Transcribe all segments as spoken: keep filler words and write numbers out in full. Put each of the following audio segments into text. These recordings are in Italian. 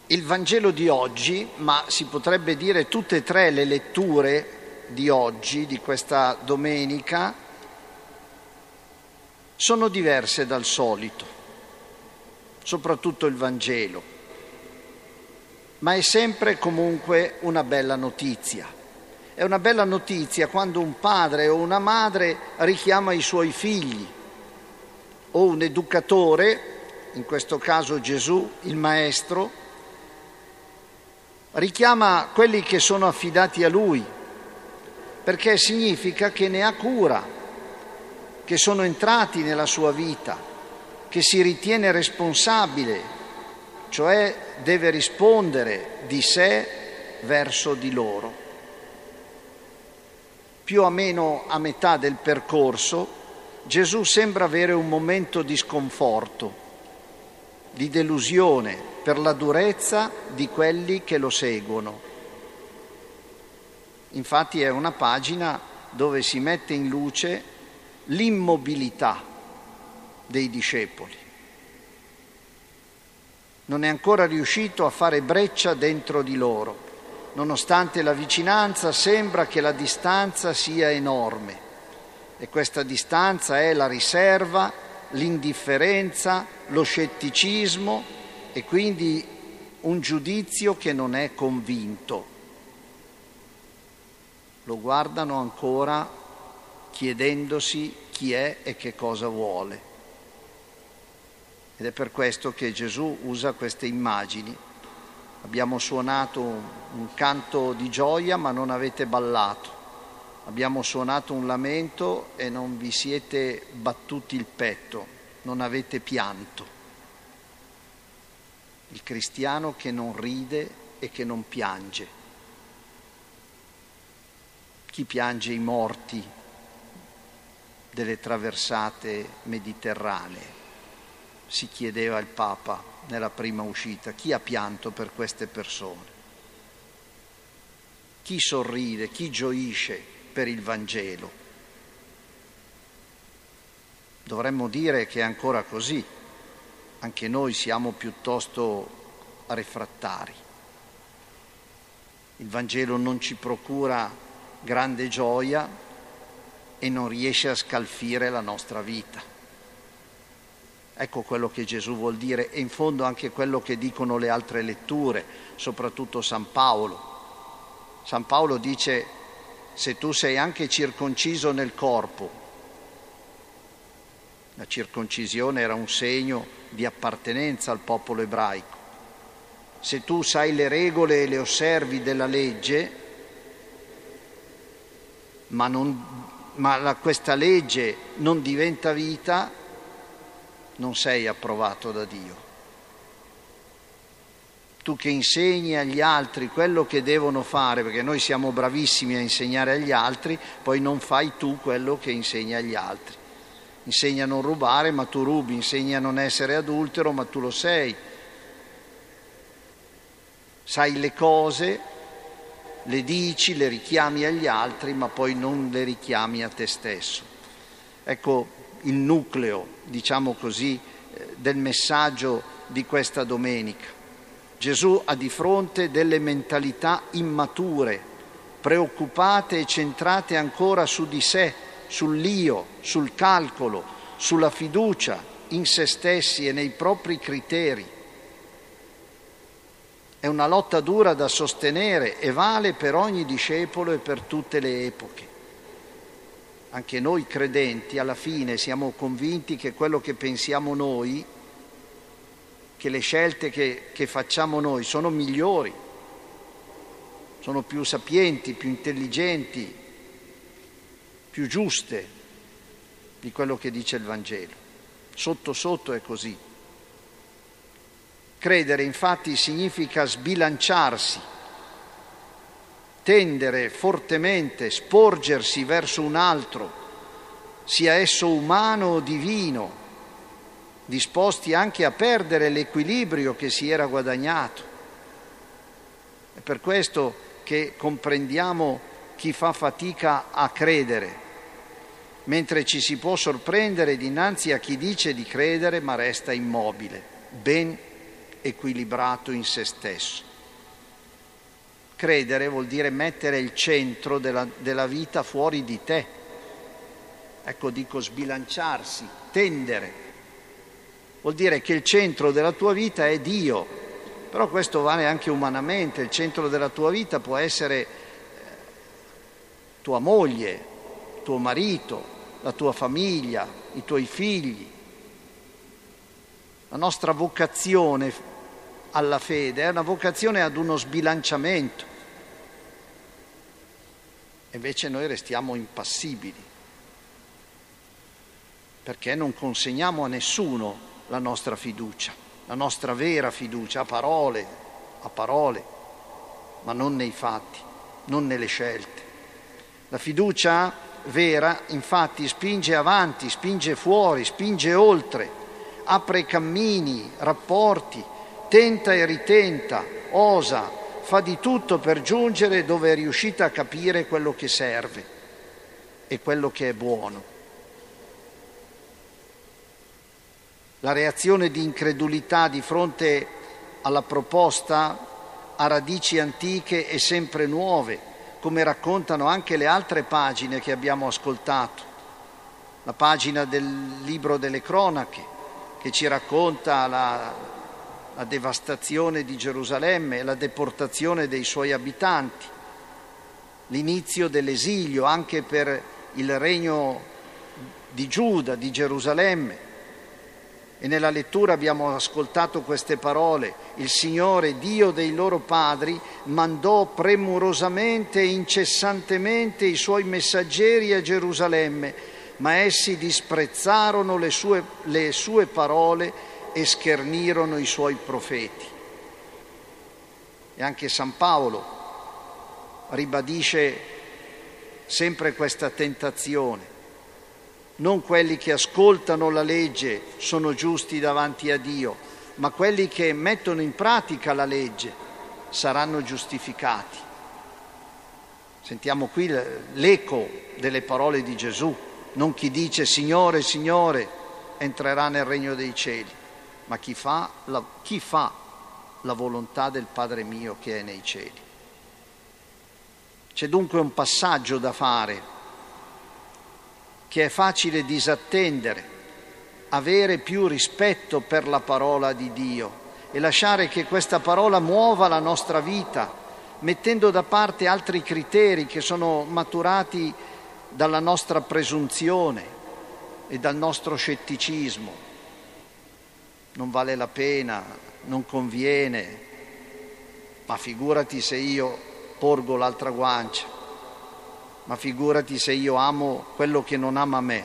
Il Vangelo di oggi, ma si potrebbe dire tutte e tre le letture di oggi, di questa domenica, sono diverse dal solito, soprattutto il Vangelo, ma è sempre comunque una bella notizia. È una bella notizia quando un padre o una madre richiama i suoi figli, o un educatore, in questo caso Gesù, il Maestro, richiama quelli che sono affidati a Lui, perché significa che ne ha cura, che sono entrati nella sua vita, che si ritiene responsabile, cioè deve rispondere di sé verso di loro. Più o meno a metà del percorso, Gesù sembra avere un momento di sconforto, di delusione per la durezza di quelli che lo seguono. Infatti è una pagina dove si mette in luce l'immobilità dei discepoli. Non è ancora riuscito a fare breccia dentro di loro. Nonostante la vicinanza, sembra che la distanza sia enorme. E questa distanza è la riserva, l'indifferenza, lo scetticismo e quindi un giudizio che non è convinto. Lo guardano ancora chiedendosi chi è e che cosa vuole. Ed è per questo che Gesù usa queste immagini. Abbiamo suonato un canto di gioia ma non avete ballato. Abbiamo suonato un lamento e non vi siete battuti il petto, non avete pianto. Il cristiano che non ride e che non piange. Chi piange i morti delle traversate mediterranee? Si chiedeva il Papa nella prima uscita. Chi ha pianto per queste persone? Chi sorride, chi gioisce per il Vangelo? Dovremmo dire che è ancora così. Anche noi siamo piuttosto refrattari. Il Vangelo non ci procura grande gioia e non riesce a scalfire la nostra vita. Ecco quello che Gesù vuol dire e in fondo anche quello che dicono le altre letture, soprattutto San Paolo. San Paolo dice: se tu sei anche circonciso nel corpo, la circoncisione era un segno di appartenenza al popolo ebraico, se tu sai le regole e le osservi della legge, ma, non, ma la, questa legge non diventa vita, non sei approvato da Dio. Tu che insegni agli altri quello che devono fare, perché noi siamo bravissimi a insegnare agli altri, poi non fai tu quello che insegni agli altri. Insegna a non rubare, ma tu rubi, insegna a non essere adultero, ma tu lo sei. Sai le cose, le dici, le richiami agli altri, ma poi non le richiami a te stesso. Ecco il nucleo, diciamo così, del messaggio di questa domenica. Gesù ha di fronte delle mentalità immature, preoccupate e centrate ancora su di sé, sull'io, sul calcolo, sulla fiducia in se stessi e nei propri criteri. È una lotta dura da sostenere e vale per ogni discepolo e per tutte le epoche. Anche noi credenti alla fine siamo convinti che quello che pensiamo noi, che le scelte che, che facciamo noi sono migliori, sono più sapienti, più intelligenti, più giuste di quello che dice il Vangelo. Sotto sotto è così. Credere infatti significa sbilanciarsi, tendere fortemente, sporgersi verso un altro, sia esso umano o divino, disposti anche a perdere l'equilibrio che si era guadagnato. È per questo che comprendiamo chi fa fatica a credere, mentre ci si può sorprendere dinanzi a chi dice di credere ma resta immobile, ben equilibrato in se stesso. Credere vuol dire mettere il centro della, della vita fuori di te. Ecco, dico sbilanciarsi, tendere. Vuol dire che il centro della tua vita è Dio, però questo vale anche umanamente. Il centro della tua vita può essere tua moglie, tuo marito, la tua famiglia, i tuoi figli. La nostra vocazione alla fede è una vocazione ad uno sbilanciamento. Invece noi restiamo impassibili, perché non consegniamo a nessuno la nostra fiducia, la nostra vera fiducia, a parole, a parole, ma non nei fatti, non nelle scelte. La fiducia vera, infatti, spinge avanti, spinge fuori, spinge oltre, apre cammini, rapporti, tenta e ritenta, osa, fa di tutto per giungere dove è riuscita a capire quello che serve e quello che è buono. La reazione di incredulità di fronte alla proposta ha radici antiche e sempre nuove, come raccontano anche le altre pagine che abbiamo ascoltato. La pagina del libro delle cronache, che ci racconta la, la devastazione di Gerusalemme e la deportazione dei suoi abitanti, l'inizio dell'esilio anche per il regno di Giuda, di Gerusalemme. E nella lettura abbiamo ascoltato queste parole: il Signore, Dio dei loro padri, mandò premurosamente e incessantemente i suoi messaggeri a Gerusalemme, ma essi disprezzarono le sue, le sue parole e schernirono i suoi profeti. E anche San Paolo ribadisce sempre questa tentazione. Non quelli che ascoltano la legge sono giusti davanti a Dio, ma quelli che mettono in pratica la legge saranno giustificati. Sentiamo qui l'eco delle parole di Gesù. Non chi dice Signore, Signore entrerà nel regno dei cieli, ma chi fa la, chi fa la volontà del Padre mio che è nei cieli. C'è dunque un passaggio da fare che è facile disattendere, avere più rispetto per la parola di Dio e lasciare che questa parola muova la nostra vita, mettendo da parte altri criteri che sono maturati dalla nostra presunzione e dal nostro scetticismo. Non vale la pena, non conviene, ma figurati se io porgo l'altra guancia. Ma figurati se io amo quello che non ama me.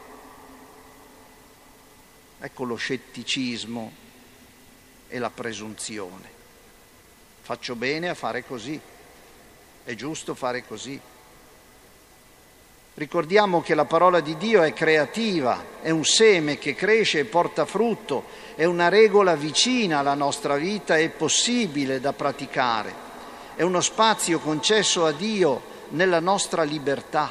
Ecco lo scetticismo e la presunzione. Faccio bene a fare così, è giusto fare così. Ricordiamo che la parola di Dio è creativa, è un seme che cresce e porta frutto, è una regola vicina alla nostra vita e possibile da praticare, è uno spazio concesso a Dio nella nostra libertà.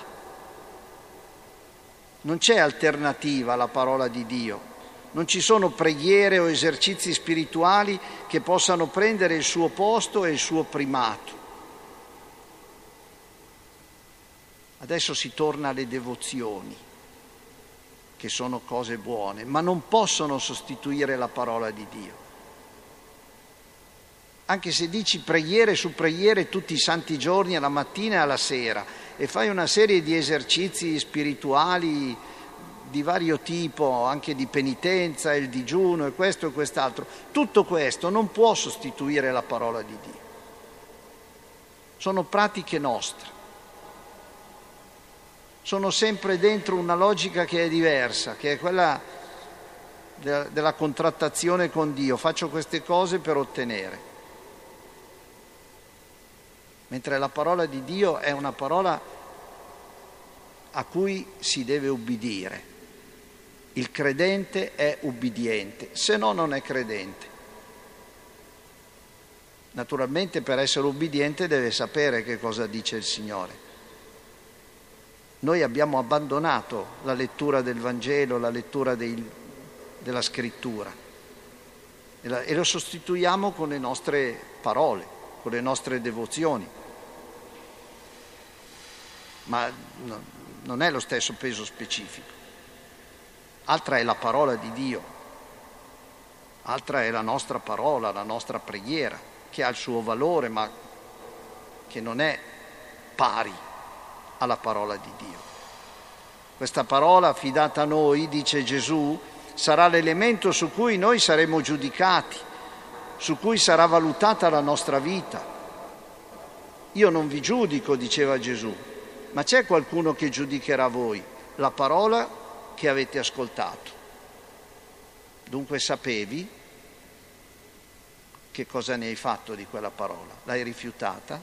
Non c'è alternativa alla parola di Dio, non ci sono preghiere o esercizi spirituali che possano prendere il suo posto e il suo primato. Adesso si torna alle devozioni, che sono cose buone, ma non possono sostituire la parola di Dio. Anche se dici preghiere su preghiere tutti i santi giorni, alla mattina e alla sera, e fai una serie di esercizi spirituali di vario tipo, anche di penitenza, il digiuno e questo e quest'altro, tutto questo non può sostituire la parola di Dio. Sono pratiche nostre. Sono sempre dentro una logica che è diversa, che è quella della contrattazione con Dio. Faccio queste cose per ottenere. Mentre la parola di Dio è una parola a cui si deve ubbidire. Il credente è ubbidiente, se no non è credente. Naturalmente per essere ubbidiente deve sapere che cosa dice il Signore. Noi abbiamo abbandonato la lettura del Vangelo, la lettura dei, della Scrittura. e lo sostituiamo con le nostre parole, con le nostre devozioni. Ma no, non è lo stesso peso specifico. Altra è la parola di Dio, altra è la nostra parola, la nostra preghiera, che ha il suo valore, ma che non è pari alla parola di Dio. Questa parola affidata a noi, dice Gesù, sarà l'elemento su cui noi saremo giudicati, su cui sarà valutata la nostra vita. Io non vi giudico, diceva Gesù, ma c'è qualcuno che giudicherà voi, la parola che avete ascoltato. Dunque sapevi che cosa ne hai fatto di quella parola? L'hai rifiutata?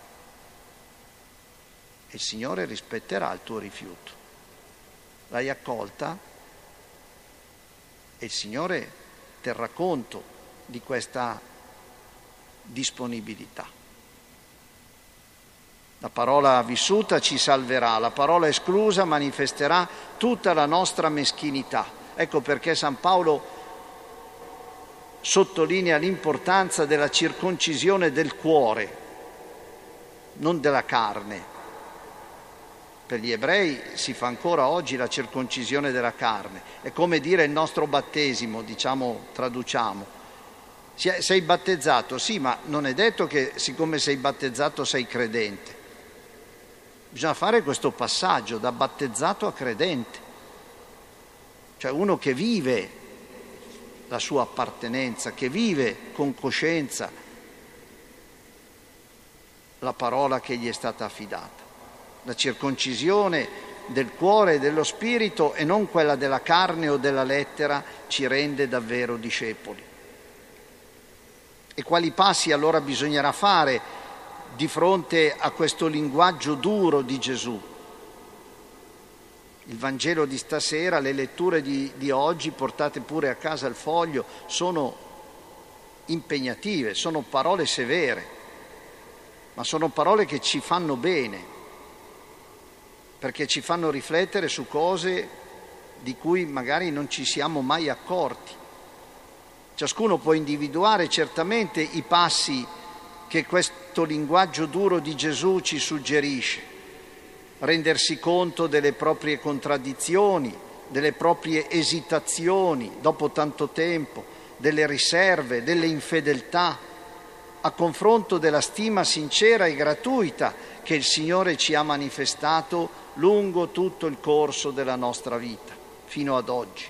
E il Signore rispetterà il tuo rifiuto. L'hai accolta? E il Signore terrà conto di questa disponibilità. La parola vissuta ci salverà, la parola esclusa manifesterà tutta la nostra meschinità. Ecco perché San Paolo sottolinea l'importanza della circoncisione del cuore, non della carne. Per gli ebrei si fa ancora oggi la circoncisione della carne. È come dire il nostro battesimo, diciamo, traduciamo. Sei battezzato? Sì, ma non è detto che siccome sei battezzato sei credente. Bisogna fare questo passaggio da battezzato a credente, cioè uno che vive la sua appartenenza, che vive con coscienza la parola che gli è stata affidata. La circoncisione del cuore e dello spirito e non quella della carne o della lettera ci rende davvero discepoli. E quali passi allora bisognerà fare di fronte a questo linguaggio duro di Gesù? Il Vangelo di stasera, le letture di, di oggi, portate pure a casa il foglio, sono impegnative, sono parole severe, ma sono parole che ci fanno bene, perché ci fanno riflettere su cose di cui magari non ci siamo mai accorti. Ciascuno può individuare certamente i passi che questo linguaggio duro di Gesù ci suggerisce, rendersi conto delle proprie contraddizioni, delle proprie esitazioni dopo tanto tempo, delle riserve, delle infedeltà, a confronto della stima sincera e gratuita che il Signore ci ha manifestato lungo tutto il corso della nostra vita, fino ad oggi.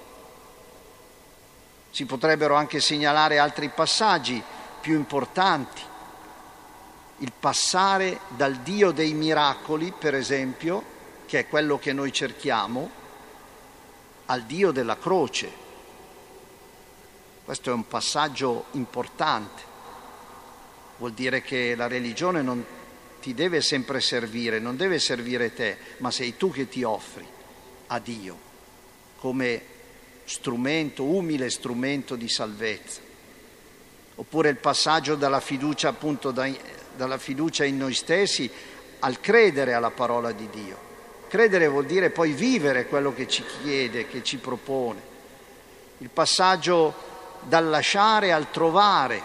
Si potrebbero anche segnalare altri passaggi più importanti. Il passare dal Dio dei miracoli, per esempio, che è quello che noi cerchiamo, al Dio della croce. Questo è un passaggio importante. Vuol dire che la religione non ti deve sempre servire, non deve servire te, ma sei tu che ti offri a Dio come strumento, umile strumento di salvezza. Oppure il passaggio dalla fiducia appunto da dalla fiducia in noi stessi al credere alla parola di Dio. Credere vuol dire poi vivere quello che ci chiede, che ci propone. Il passaggio dal lasciare al trovare.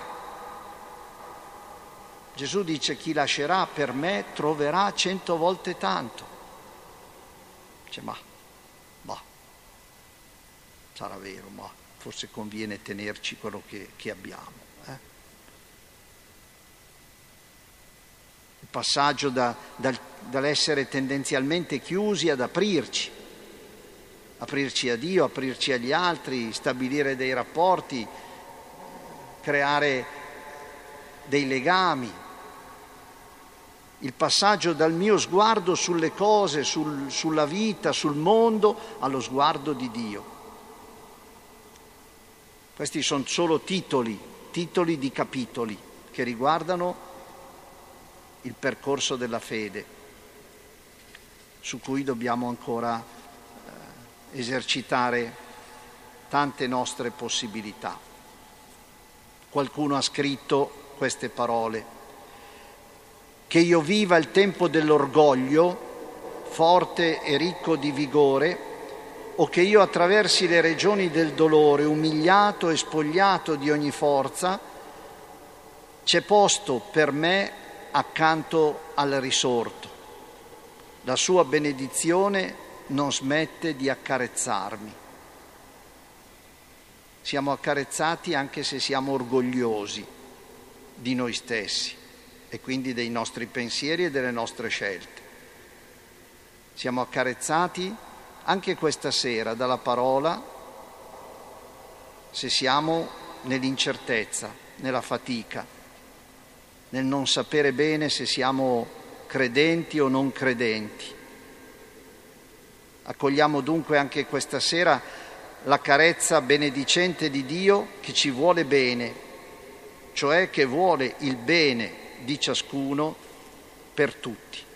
Gesù dice: chi lascerà per me troverà cento volte tanto. Dice, ma, ma, sarà vero, ma forse conviene tenerci quello che, che abbiamo. Eh? Il passaggio da, dal, dall'essere tendenzialmente chiusi ad aprirci, aprirci a Dio, aprirci agli altri, stabilire dei rapporti, creare dei legami. Il passaggio dal mio sguardo sulle cose, sul, sulla vita, sul mondo, allo sguardo di Dio. Questi sono solo titoli, titoli di capitoli che riguardano il percorso della fede, su cui dobbiamo ancora eh, esercitare tante nostre possibilità. Qualcuno ha scritto queste parole: che io viva il tempo dell'orgoglio, forte e ricco di vigore, o che io attraversi le regioni del dolore, umiliato e spogliato di ogni forza, c'è posto per me accanto al risorto. La sua benedizione non smette di accarezzarmi. Siamo accarezzati anche se siamo orgogliosi di noi stessi e quindi dei nostri pensieri e delle nostre scelte. Siamo accarezzati anche questa sera dalla parola, se siamo nell'incertezza, nella fatica, nel non sapere bene se siamo credenti o non credenti. Accogliamo dunque anche questa sera la carezza benedicente di Dio che ci vuole bene, cioè che vuole il bene di ciascuno per tutti.